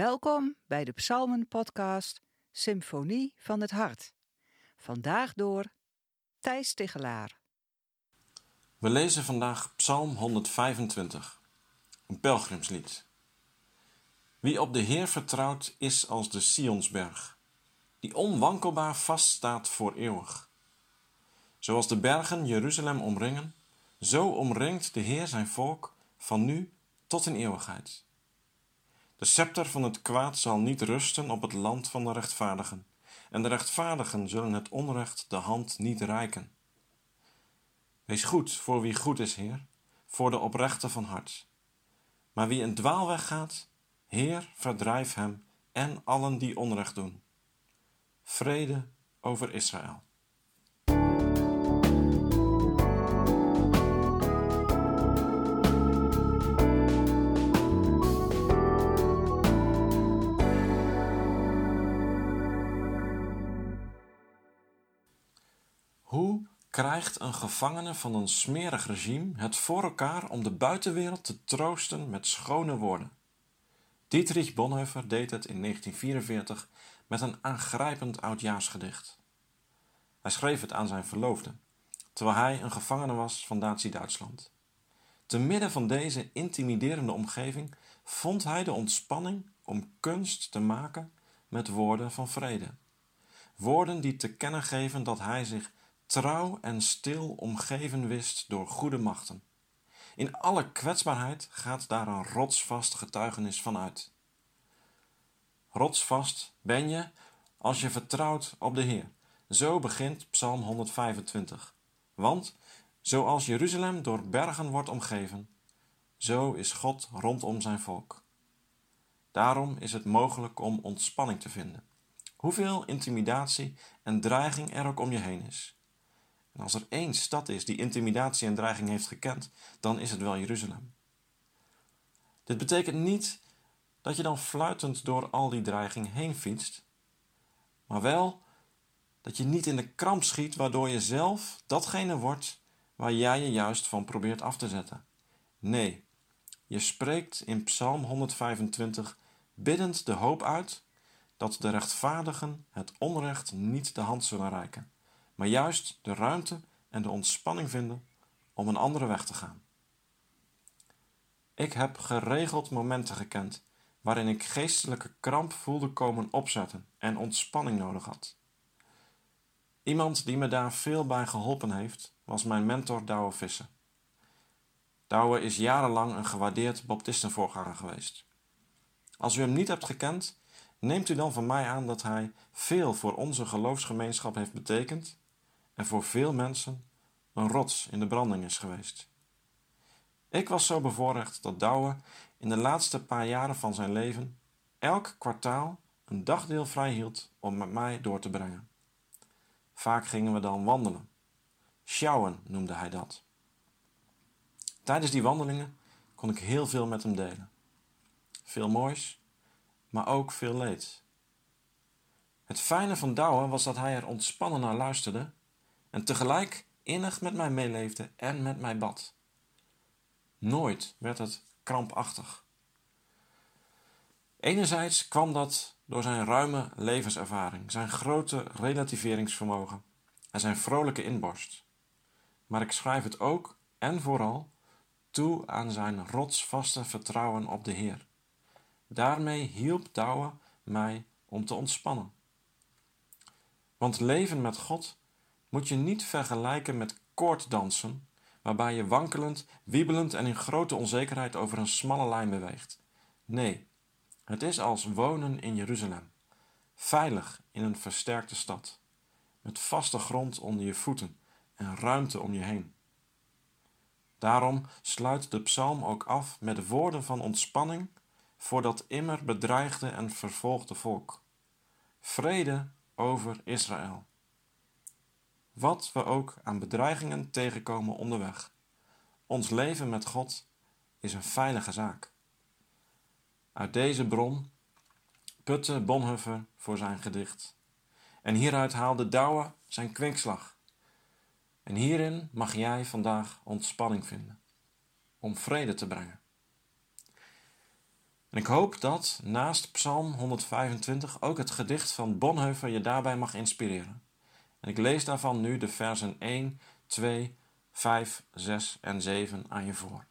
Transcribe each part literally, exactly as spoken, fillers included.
Welkom bij de Psalmen-podcast Symfonie van het Hart. Vandaag door Thijs Tigelaar. We lezen vandaag Psalm honderdvijfentwintig, een pelgrimslied. Wie op de Heer vertrouwt is als de Sionsberg, die onwankelbaar vaststaat voor eeuwig. Zoals de bergen Jeruzalem omringen, zo omringt de Heer zijn volk van nu tot in eeuwigheid. De scepter van het kwaad zal niet rusten op het land van de rechtvaardigen, en de rechtvaardigen zullen het onrecht de hand niet reiken. Wees goed voor wie goed is, Heer, voor de oprechte van hart. Maar wie een dwaalweg gaat, Heer, verdrijf hem en allen die onrecht doen. Vrede over Israël. Hoe krijgt een gevangene van een smerig regime het voor elkaar om de buitenwereld te troosten met schone woorden? Dietrich Bonhoeffer deed het in negentien vierenveertig met een aangrijpend oudjaarsgedicht. Hij schreef het aan zijn verloofde, terwijl hij een gevangene was van Nazi-Duitsland. Te midden van deze intimiderende omgeving vond hij de ontspanning om kunst te maken met woorden van vrede. Woorden die te kennen geven dat hij zich trouw en stil omgeven wist door goede machten. In alle kwetsbaarheid gaat daar een rotsvast getuigenis van uit. Rotsvast ben je als je vertrouwt op de Heer. Zo begint Psalm honderdvijfentwintig. Want zoals Jeruzalem door bergen wordt omgeven, zo is God rondom zijn volk. Daarom is het mogelijk om ontspanning te vinden, hoeveel intimidatie en dreiging er ook om je heen is. En als er één stad is die intimidatie en dreiging heeft gekend, dan is het wel Jeruzalem. Dit betekent niet dat je dan fluitend door al die dreiging heen fietst, maar wel dat je niet in de kramp schiet waardoor je zelf datgene wordt waar jij je juist van probeert af te zetten. Nee, je spreekt in Psalm honderdvijfentwintig biddend de hoop uit dat de rechtvaardigen het onrecht niet de hand zullen reiken, maar juist de ruimte en de ontspanning vinden om een andere weg te gaan. Ik heb geregeld momenten gekend waarin ik geestelijke kramp voelde komen opzetten en ontspanning nodig had. Iemand die me daar veel bij geholpen heeft, was mijn mentor Douwe Visser. Douwe is jarenlang een gewaardeerd baptistenvoorganger geweest. Als u hem niet hebt gekend, neemt u dan van mij aan dat hij veel voor onze geloofsgemeenschap heeft betekend en voor veel mensen een rots in de branding is geweest. Ik was zo bevoorrecht dat Douwe in de laatste paar jaren van zijn leven elk kwartaal een dagdeel vrij hield om met mij door te brengen. Vaak gingen we dan wandelen. Sjouwen noemde hij dat. Tijdens die wandelingen kon ik heel veel met hem delen. Veel moois, maar ook veel leed. Het fijne van Douwe was dat hij er ontspannen naar luisterde en tegelijk innig met mij meeleefde en met mij bad. Nooit werd het krampachtig. Enerzijds kwam dat door zijn ruime levenservaring, zijn grote relativeringsvermogen en zijn vrolijke inborst. Maar ik schrijf het ook en vooral toe aan zijn rotsvaste vertrouwen op de Heer. Daarmee hielp Douwe mij om te ontspannen. Want leven met God moet je niet vergelijken met koorddansen, waarbij je wankelend, wiebelend en in grote onzekerheid over een smalle lijn beweegt. Nee, het is als wonen in Jeruzalem, veilig in een versterkte stad, met vaste grond onder je voeten en ruimte om je heen. Daarom sluit de psalm ook af met woorden van ontspanning voor dat immer bedreigde en vervolgde volk. Vrede over Israël. Wat we ook aan bedreigingen tegenkomen onderweg, ons leven met God is een veilige zaak. Uit deze bron putte Bonhoeffer voor zijn gedicht. En hieruit haalde Douwe zijn kwinkslag. En hierin mag jij vandaag ontspanning vinden, om vrede te brengen. En ik hoop dat naast Psalm honderdvijfentwintig ook het gedicht van Bonhoeffer je daarbij mag inspireren. En ik lees daarvan nu de versen één, twee, vijf, zes en zeven aan je voor.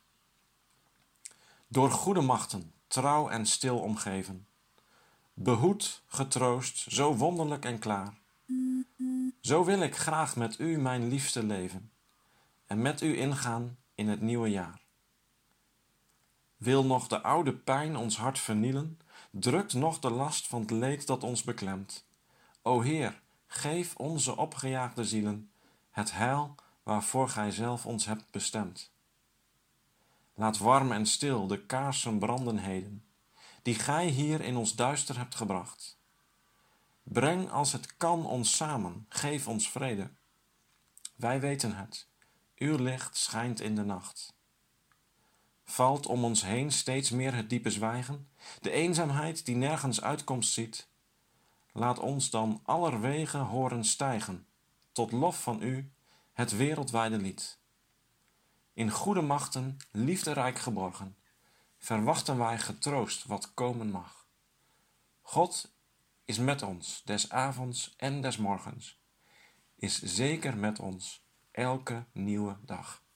Door goede machten, trouw en stil omgeven, behoed, getroost, zo wonderlijk en klaar. Zo wil ik graag met u mijn liefste leven en met u ingaan in het nieuwe jaar. Wil nog de oude pijn ons hart vernielen, drukt nog de last van het leed dat ons beklemt. O Heer, geef onze opgejaagde zielen het heil waarvoor Gij zelf ons hebt bestemd. Laat warm en stil de kaarsen branden heden, die Gij hier in ons duister hebt gebracht. Breng als het kan ons samen, geef ons vrede. Wij weten het, uw licht schijnt in de nacht. Valt om ons heen steeds meer het diepe zwijgen, de eenzaamheid die nergens uitkomst ziet. Laat ons dan allerwegen horen stijgen, tot lof van u, het wereldwijde lied. In goede machten, liefderijk geborgen, verwachten wij getroost wat komen mag. God is met ons, des avonds en des morgens, is zeker met ons elke nieuwe dag.